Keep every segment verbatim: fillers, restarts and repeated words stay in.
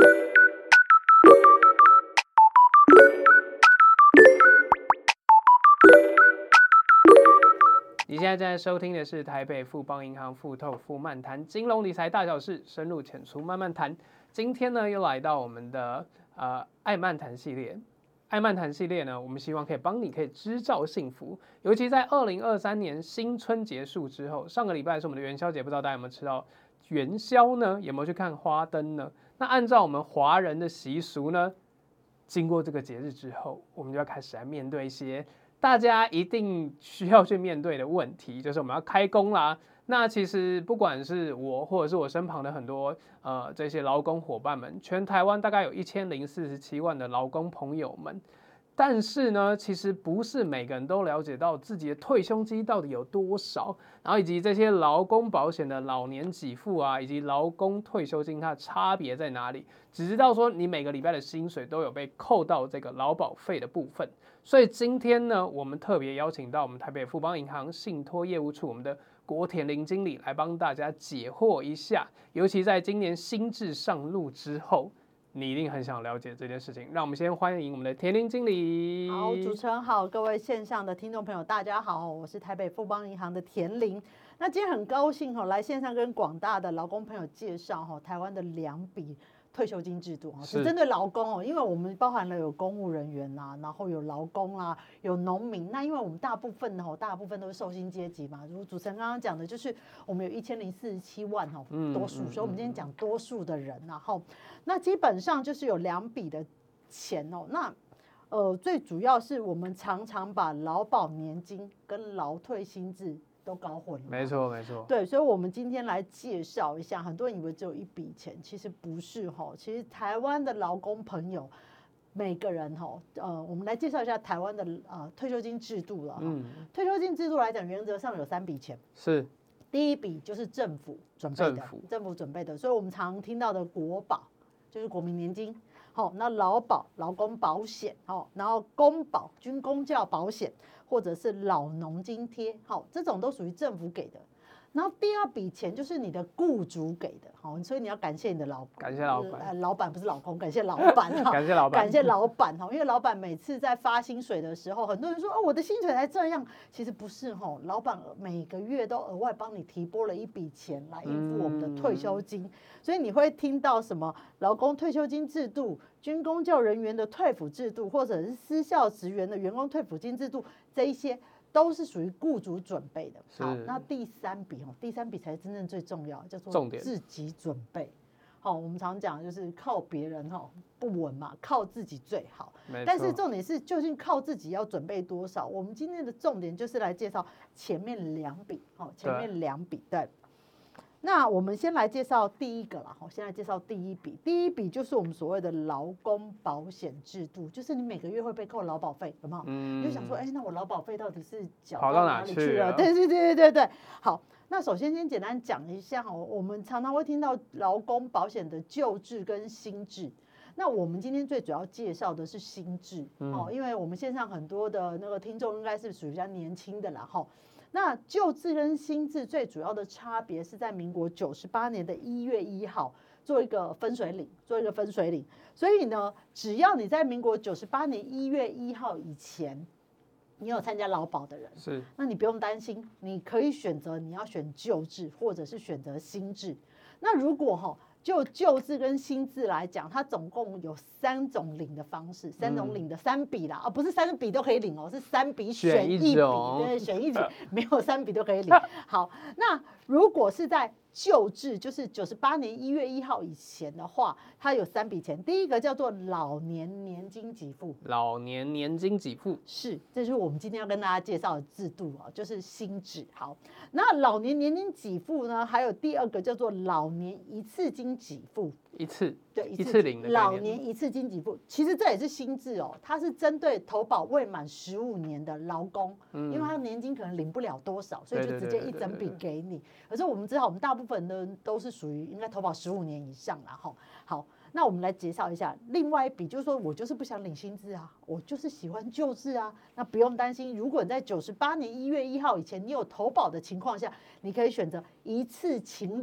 你现在正在收听的是台北富邦银行富透富漫谈金融理财大小事，深入浅出慢慢谈。今天呢，又来到我们的呃爱漫谈系列。爱漫谈系列呢，我们希望可以帮你可以织造幸福。尤其在二零二三年新春结束之后，上个礼拜是我们的元宵节，不知道大家有没有吃到元宵呢？有没有去看花灯呢？那按照我们华人的习俗呢，经过这个节日之后，我们就要开始来面对一些大家一定需要去面对的问题，就是我们要开工啦。那其实不管是我或者是我身旁的很多呃这些劳工伙伴们，全台湾大概有一千零四十七万的劳工朋友们，但是呢，其实不是每个人都了解到自己的退休金到底有多少，然后以及这些劳工保险的老年给付啊，以及劳工退休金它的差别在哪里，只知道说你每个礼拜的薪水都有被扣到这个劳保费的部分。所以今天呢，我们特别邀请到我们台北富邦银行信托业务处我们的郭田林经理来帮大家解惑一下，尤其在今年新制上路之后，你一定很想了解这件事情。让我们先欢迎我们的田林经理。 好，主持人好，各位线上的听众朋友，大家好，我是台北富邦银行的田林。那今天很高兴哈，来线上跟广大的劳工朋友介绍哈，台湾的两笔退休金制度是针对劳工哦，因为我们包含了有公务人员啦，然后有劳工啦，有农民。那因为我们大部分哦，大部分都是受薪阶级嘛，如主持人刚刚讲的，就是我们有一千零四十七万哦，多数，所以我们今天讲多数的人，然后那基本上就是有两笔的钱哦，那呃最主要是我们常常把劳保年金跟劳退薪资都搞混了， 没错没错， 对，所以我们今天来介绍一下，很多人以为只有一笔钱，其实不是哈，其实台湾的劳工朋友每个人哈，呃，我们来介绍一下台湾的呃退休金制度了。嗯，退休金制度来讲，原则上有三笔钱， 是第一笔就是政府准备的， 政府政府准备的，所以我们常听到的国保就是国民年金。好，那劳保劳工保险，好，然后公保军公教保险，或者是老农津贴，好，这种都属于政府给的。然后第二笔钱就是你的雇主给的，好，所以你要感谢你的老感谢老板， 呃、老板不是老公，感谢老板哈， 感谢老板， 感谢老板哈，因为老板每次在发薪水的时候，很多人说哦，我的薪水才这样，其实不是哈，老板每个月都额外帮你提拨了一笔钱来应付我们的退休金，嗯、所以你会听到什么劳工退休金制度、军公教人员的退抚制度，或者是私校职员的员工退抚金制度，这一些都是属于雇主准备的。好，那第三笔哦，第三笔才是真正最重要，叫做自己准备。好，我们常讲就是靠别人哈不稳嘛，靠自己最好。但是重点是，究竟靠自己要准备多少？我们今天的重点就是来介绍前面两笔，好，前面两笔对。那我们先来介绍第一个啦，先来介绍第一笔。第一笔就是我们所谓的劳工保险制度，就是你每个月会被扣劳保费，有没有？嗯、你就想说，哎、欸，那我劳保费到底是缴到哪里去了？对对对对对对。好，那首先先简单讲一下哈，我们常常会听到劳工保险的旧制跟新制。那我们今天最主要介绍的是新制，嗯、哦，因为我们线上很多的那个听众应该是属于比较年轻的啦，哈。那旧制跟新制最主要的差别是在民国九十八年的一月一号做一个分水岭，做一个分水岭。所以呢，只要你在民国九十八年一月一号以前，你有参加劳保的人， 是， 那你不用担心，你可以选择你要选旧制或者是选择新制。那如果哈。就旧制跟新制来讲，它总共有三种领的方式，三种领的三笔啦，啊，不是三笔都可以领哦，是三笔选一笔，对，选一笔，没有三笔都可以领。好，那如果是在旧制，就是九十八年一月一号以前的话，它有三笔钱，第一个叫做老年年金给付， 老年年金给付是，这就是我们今天要跟大家介绍的制度啊，就是新制。好，那老年年金给付呢，还有第二个叫做老年一次金给付， 一次对一次领的老年一次金给付，其实这也是新制哦，它是针对投保未满十五年的劳工，嗯、因为他年金可能领不了多少，所以就直接一整笔给你。可是我们知道，我们大部分的人都是属于应该投保十五年以上啦，哈。好，那我们来介绍一下另外一笔，就是说我就是不想领新制啊，我就是喜欢旧制啊。那不用担心，如果你在九十八年一月一号以前你有投保的情况下，你可以选择一次请领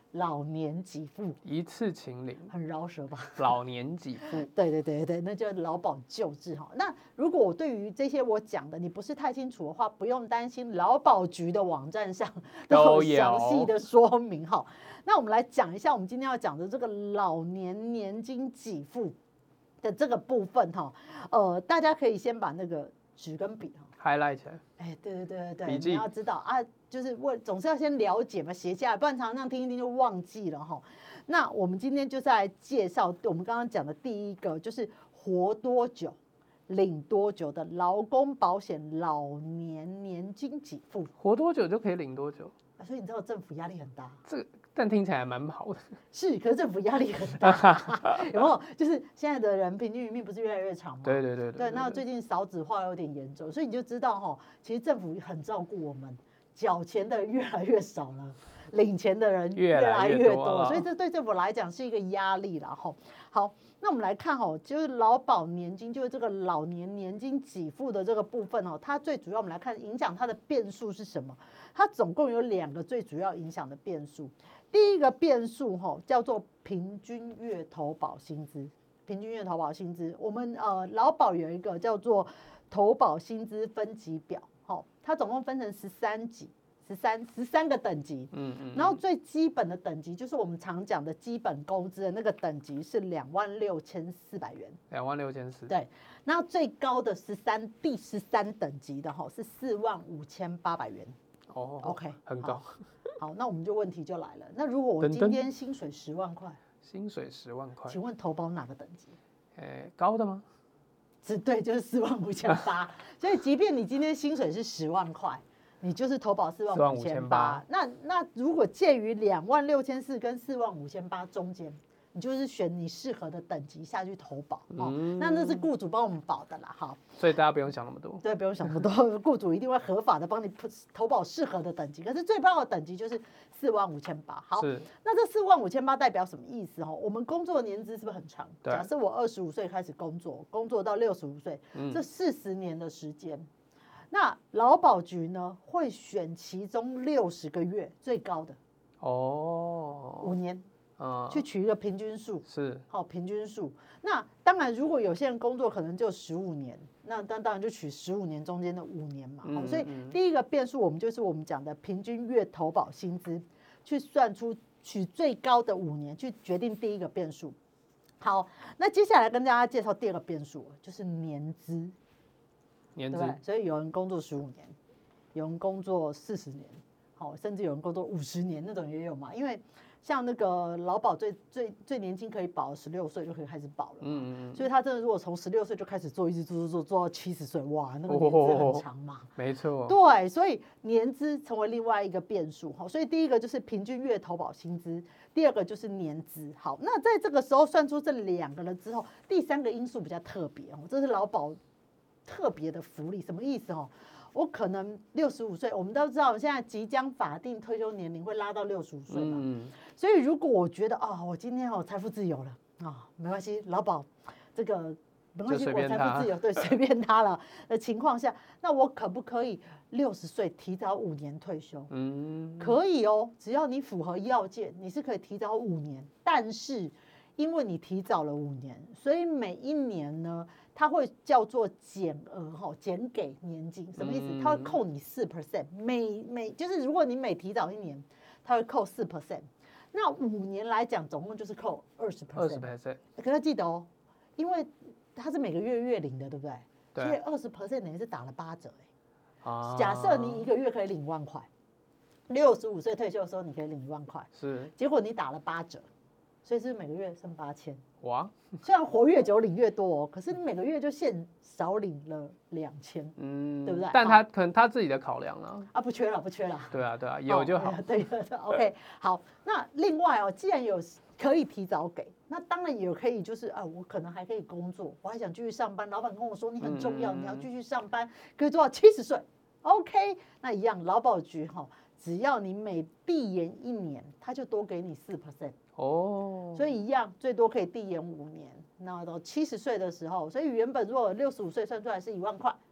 老年给付， 一次请领， 很饶舌吧？ 老年给付， 对对对对，那就劳保救治哈。那如果我对于这些我讲的你不是太清楚的话，不用担心，劳保局的网站上都有详细的说明哈。那我们来讲一下，我们今天要讲的这个老年年金给付的这个部分哈。呃，大家可以先把那个纸跟笔哈 highlight 起来。 哎，对对对对笔记你要知道啊，就是为总是要先了解嘛，写下来，不然常常这样听一听就忘记了哈。那我们今天就是来介绍我们刚刚讲的第一个，就是活多久领多久的劳工保险老年年金给付。 活多久就可以领多久？ 啊所以你知道政府压力很大。 这但听起来蛮好的。 是，可是政府压力很大，有没有？就是现在的人平均余命不是越来越长吗？ 对对对对，那最近少子化有点严重，所以你就知道哈，其实政府很照顾我们，缴钱的人越来越少了，领钱的人越来越多，所以这对政府来讲是一个压力啦哈。好，那我们来看哈，就是劳保年金，就是这个老年年金给付的这个部分哦，它最主要我们来看影响它的变数是什么？它总共有两个最主要影响的变数。第一个变数哈叫做平均月投保薪资，平均月投保薪资，我们呃劳保有一个叫做投保薪资分级表，哈，它总共分成十三级，十三十三个等级，嗯嗯，然后最基本的等级就是我们常讲的基本工资的那个等级是两万六千四百元， 两万六千四， 对，然后最高的十三第十三等级的哈是四万五千八百元， 哦 ，OK， 很高。 好，那我们就问题就来了。那如果我今天薪水十万块， 薪水十万块， 请问投保哪个等级？ 诶，高的吗？ 是对，就是四万五千八。所以，即便你今天薪水是十万块，你就是投保四万五千八。那那如果介于两万六千四跟四万五千八中间，你就是选你适合的等级下去投保，哦嗯、那那是雇主帮我们保的啦，哈。 所以大家不用想那么多。 对，不用想那么多，雇主一定会合法的帮你投保适合的等级。可是最高的等级就是四万五千八。好，那这四万五千八代表什么意思？哈，我们工作的年资是不是很长？假设我二十五岁开始工作，工作到六十五岁，嗯、这四十年的时间，那劳保局呢会选其中六十个月最高的，哦，五年。嗯、去取一个平均数， 是好平均数。那当然，如果有些人工作可能就十五年，那当当然就取十五年中间的五年嘛。嗯、所以第一个变数，我们就是我们讲的平均月投保薪资，去算出取最高的五年，去决定第一个变数。好，那接下来跟大家介绍第二个变数，就是年资。 年资， 对不对？所以有人工作十五年，有人工作四十年，好，甚至有人工作五十年那种也有嘛，因为。像那个劳保最最最年轻可以保十六岁就可以开始保了，嗯嗯，所以他真的如果从十六岁就开始做，一直做做做做到七十岁，哇，那个年资很长嘛，哦、 没错， 对，所以年资成为另外一个变数，好，所以第一个就是平均月投保薪资，第二个就是年资，好，那在这个时候算出这两个了之后，第三个因素比较特别哦，这是劳保特别的福利，什么意思哦？我可能六十五岁，我们都知道现在即将法定退休年龄会拉到六十五岁嘛，嗯、所以如果我觉得啊、哦，我今天哦财富自由了啊、哦，没关系，劳保这个没关系，我财富自由，对，随便他了的情况下，那我可不可以六十岁提早五年退休？嗯，可以哦，只要你符合要件，你是可以提早五年，但是因为你提早了五年，所以每一年呢。它会叫做减额哈，减给年金，什么意思？它会扣你四 percent， 每每就是如果你每提早一年，它会扣四 percent， 那五年来讲，总共就是扣二十 percent。二十 percent， 可是记得哦，因为它是每个月月领的，对不对？对。所以二十 percent 等于是打了八折哎。啊。假设你一个月可以领一万块，六十五岁退休的时候你可以领一万块，是。结果你打了八折。所以是每个月剩八千，哇！虽然活越久领越多哦，可是你每个月就限少领了两千，嗯，对不对？ 但他可能他自己的考量啊， 啊，不缺了，不缺了。 对啊，对啊，有就好。 哦、对对对 ，OK， 好。那另外哦，既然有可以提早给，那当然也可以，就是啊，我可能还可以工作，我还想继续上班。老板跟我说你很重要，嗯、你要继续上班，可以做到七十岁 ，OK？ 那一样，劳保局哈、哦，只要你每递延一年，他就多给你四 percent。哦，所以一样，最多可以递延五年，那到七十岁的时候，所以原本如果六十五岁算出来是一万块，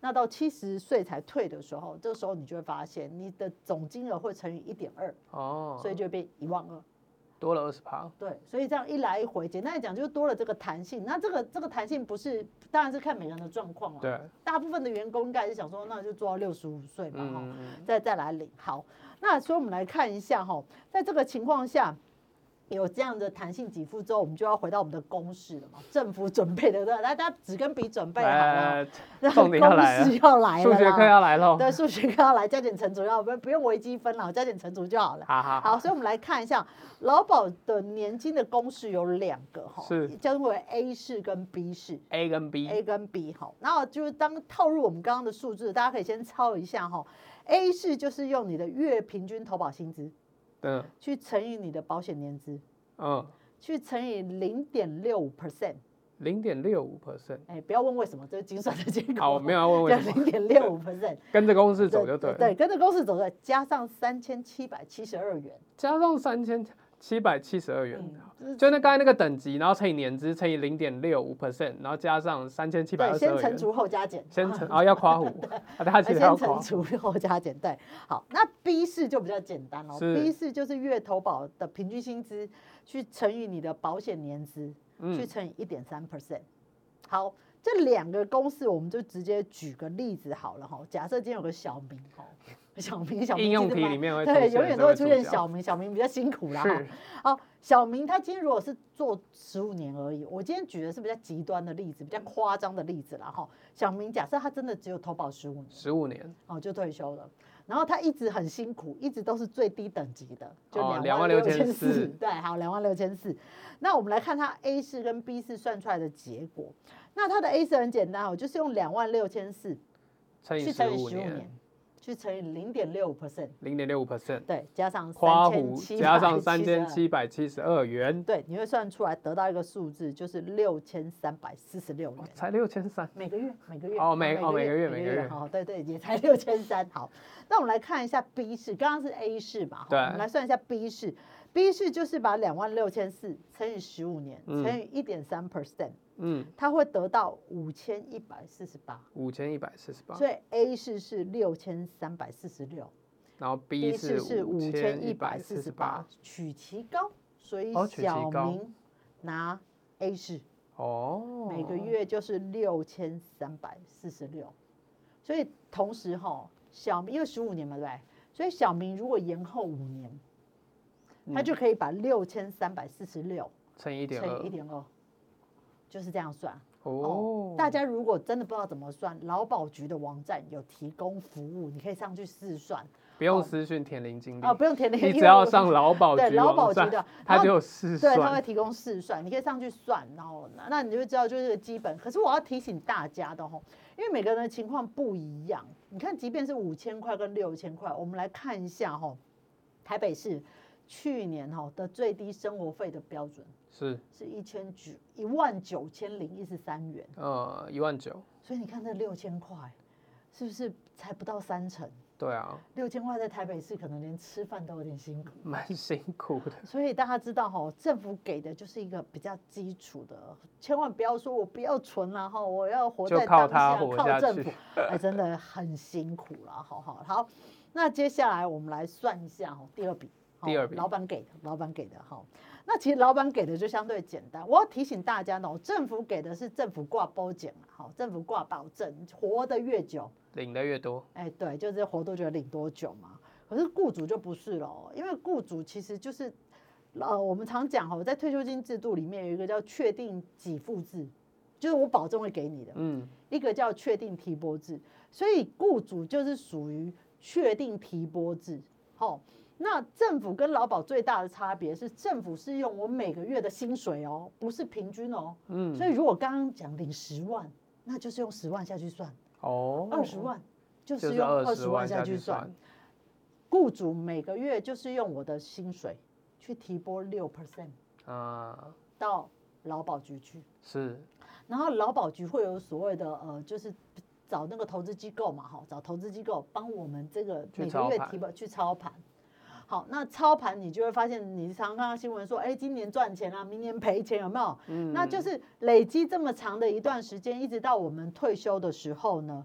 那到七十岁才退的时候，这个时候你就会发现你的总金额会乘以一点二，哦，所以就变一万二。 多了二十趴， 对，所以这样一来一回，简单来讲就是多了这个弹性。那这个这个弹性不是，当然是看每个人的状况了。 对， 大部分的员工应该是想说，那就做到六十五岁嘛，哈、嗯，再再来领。好，那所以我们来看一下哈，在这个情况下。有这样的弹性给付之后，我们就要回到我们的公式了嘛？政府准备的，大家纸跟笔准备好了， 重点要来了， 公式要来了， 数学课要来了， 对，数学课要来，加减乘除要不不用微积分了，加减乘除就好了。 好好好，所以我们来看一下劳保的年金的公式有两个哈， 是叫做 A 式跟 B 式 ，A 跟 B，A 跟 B 好，然后就是当套入我们刚刚的数字，大家可以先抄一下哈。A 式就是用你的月平均投保薪资， 嗯， 去乘以你的保险年资， 嗯。 去乘以零点六五 percent， 零点六五 percent， 哎，不要问为什么，这是精算的结果。 好，我没有要问为什么。 零点六五 percent， 跟着公式走就对了。 对，跟着公式走对，加上三千七百七十二元， 加上三千七百七十二元，嗯、就那刚才那个等级，然后乘以年资，乘以零点六五 percent， 然后加上三千七百二十二元。 先乘除后加减。 先乘，然后要夸胡，他其实要夸胡。 先乘除后加减，对。好，那 B 式就比较简单了。B 式就是月投保的平均薪资去乘以你的保险年资，嗯、去乘以一点三 percent。好，这两个公式我们就直接举个例子好了哈。假设今天有个小明哈。小明，小明应用题里面会对，永远都会出现小明，小明比较辛苦啦。 是， 好，小明他今天如果是做十五年而已，我今天举的是比较极端的例子，比较夸张的例子啦哈。小明假设他真的只有投保十五年， 十五年， 哦就退休了，然后他一直很辛苦，一直都是最低等级的，就两万六千四，对，好，两万六千四。那我们来看他 A 式跟 B 式算出来的结果，那他的 A 式很简单哦，就是用两万六千四去乘以十五年。去乘以零点六五 percent， 零点六五 percent， 对，加上夸胡，加上三千七百七十二元， 对，你会算出来得到一个数字，就是六千三百四十六元， 才六千三， 每个月，每个月， 哦，每哦每个月每个月， 哦，对对，也才六千三。好，那我们来看一下 B 式，刚刚是 A 式嘛， 对， 我们来算一下 B 式 ，B 式就是把两万六千四乘以十五年，乘以一点三 percent。嗯，它会得到五千一百四十八， 五千一百四十八， 所以 A 式是六千三百四十六， 然后 B 式是五千一百四十八，取其高，所以小明拿 A 式，哦，每个月就是六千三百四十六，所以同时哈，小明因为十五年嘛，对不对？所以小明如果延后五年，他就可以把六千三百四十六乘以一点二， 乘以一点二。就是这样算 哦, 哦。大家如果真的不知道怎么算，劳保局的网站有提供服务，你可以上去试算， 不用私讯填林经理哦，不用填林， 你只要上劳保局对劳保局的， 他就有试算， 对，他会提供试算，你可以上去算，然后那你就知道就是基本。可是我要提醒大家的吼，因为每个人的情况不一样，你看，即便是五千块跟六千块，我们来看一下吼，台北市去年吼的最低生活费的标准。 是是一千九一万九千零一十三元， 呃，一万九。 所以你看这六千块，是不是才不到三成？ 对啊， 六千块在台北市可能连吃饭都有点辛苦， 蛮辛苦的。 所以大家知道哈，政府给的就是一个比较基础的，千万不要说我不要存了哈，我要活在当下， 靠, 靠政府，哎，真的很辛苦了，好好好。那接下来我们来算一下哈，第二笔， 第二笔， 老板给的，老板给的哈。那其实老板给的就相对简单，我要提醒大家呢，政府给的是政府挂保险好，政府挂保证，活得越久， 领的越多。 哎，对，就是活多久领多久嘛。可是雇主就不是了，因为雇主其实就是，呃，我们常讲哈，在退休金制度里面有一个叫确定给付制，就是我保证会给你的，嗯，一个叫确定提拨制，所以雇主就是属于确定提拨制，好。那政府跟劳保最大的差别是，政府是用我每个月的薪水哦，不是平均哦。嗯，所以如果刚刚讲领十万，那就是用十万下去算。哦，二十万就是用二十万下去算。雇主每个月就是用我的薪水去提拨六 percent 啊，到劳保局去。是，然后劳保局会有所谓的呃，就是找那个投资机构嘛，哈，找投资机构帮我们这个每个月提拨去操盘。好，那操盘你就会发现，你常常看到新闻说，哎，今年赚钱啊，明年赔钱，有没有？嗯，那就是累积这么长的一段时间，一直到我们退休的时候呢，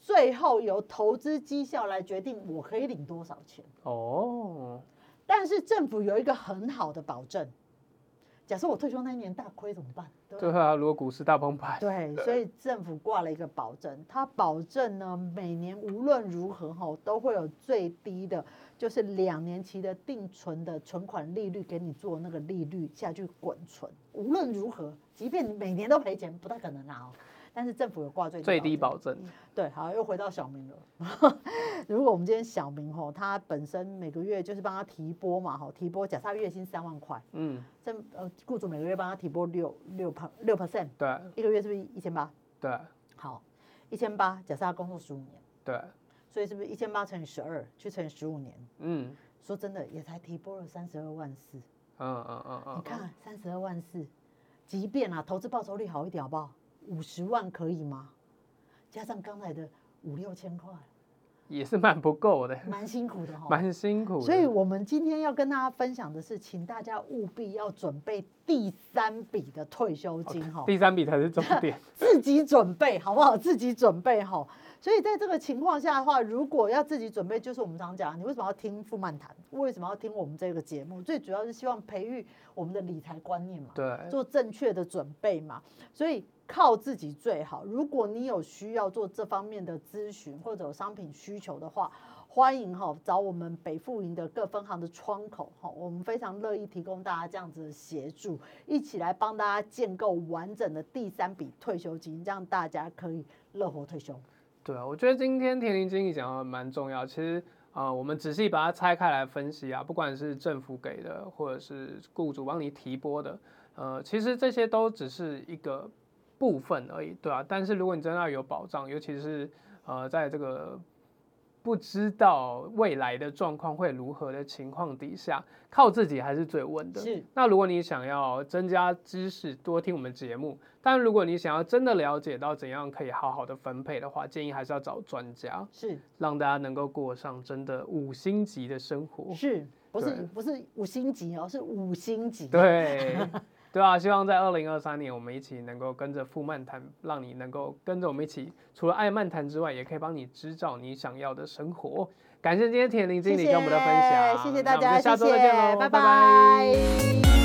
最后由投资绩效来决定我可以领多少钱。 哦， 但是政府有一个很好的保证，假设我退休那一年大亏怎么办？对对啊，如果股市大崩盘， 对，所以政府挂了一个保证，它保证呢每年无论如何哈都会有最低的，就是两年期的定存的存款利率给你做那个利率下去滚存，无论如何，即便你每年都赔钱，不太可能啦哦。但是政府有挂最低最低保证。 对，好，又回到小明了。如果我们今天小明吼，他本身每个月就是帮他提拨嘛，吼，提拨，假设他月薪三万块，嗯，政呃雇主每个月帮他提拨六六六 percent， 对， 一个月是不是一千八？ 对， 好，一千八，假设他工作十五年， 对， 所以是不是一千八乘以十二，去乘以十五年？嗯，说真的，也才提拨了三十二万四。嗯嗯嗯嗯，你看三十二万四，即便啊投资报酬率好一点，好不好？五十万可以吗？加上刚才的五六千块， 也是蛮不够的， 蛮辛苦的哈， 蛮辛苦的。 所以我们今天要跟大家分享的是，请大家务必要准备第三笔的退休金哈， 第三笔才是重点， 自己准备好不好？自己准备哈。所以在这个情况下的话，如果要自己准备，就是我们常讲，你为什么要听富漫谈？为什么要听我们这个节目？最主要是希望培育我们的理财观念嘛， 对， 做正确的准备嘛。所以靠自己最好。如果你有需要做这方面的咨询或者有商品需求的话，欢迎哈找我们北富银的各分行的窗口哈，我们非常乐意提供大家这样子的协助，一起来帮大家建构完整的第三笔退休金，让大家可以乐活退休。 对啊，我觉得今天田林经理讲的蛮重要。其实呃，我们仔细把它拆开来分析啊，不管是政府给的，或者是雇主帮你提拨的，呃，其实这些都只是一个部分而已，对啊。但是如果你真的要有保障，尤其是呃，在这个不知道未来的状况会如何的情况底下，靠自己还是最稳的。 是。 那如果你想要增加知识，多听我们节目；但如果你想要真的了解到怎样可以好好的分配的话，建议还是要找专家， 是让大家能够过上真的五星级的生活。 是，不是不是五星级哦，是五星级。 对。对啊，希望在二零二三年，我们一起能够跟着富漫谈，让你能够跟着我们一起，除了爱漫谈之外，也可以帮你织造你想要的生活。感谢今天田林经理跟我们的分享， 谢谢大家， 下周再见喽， 拜拜。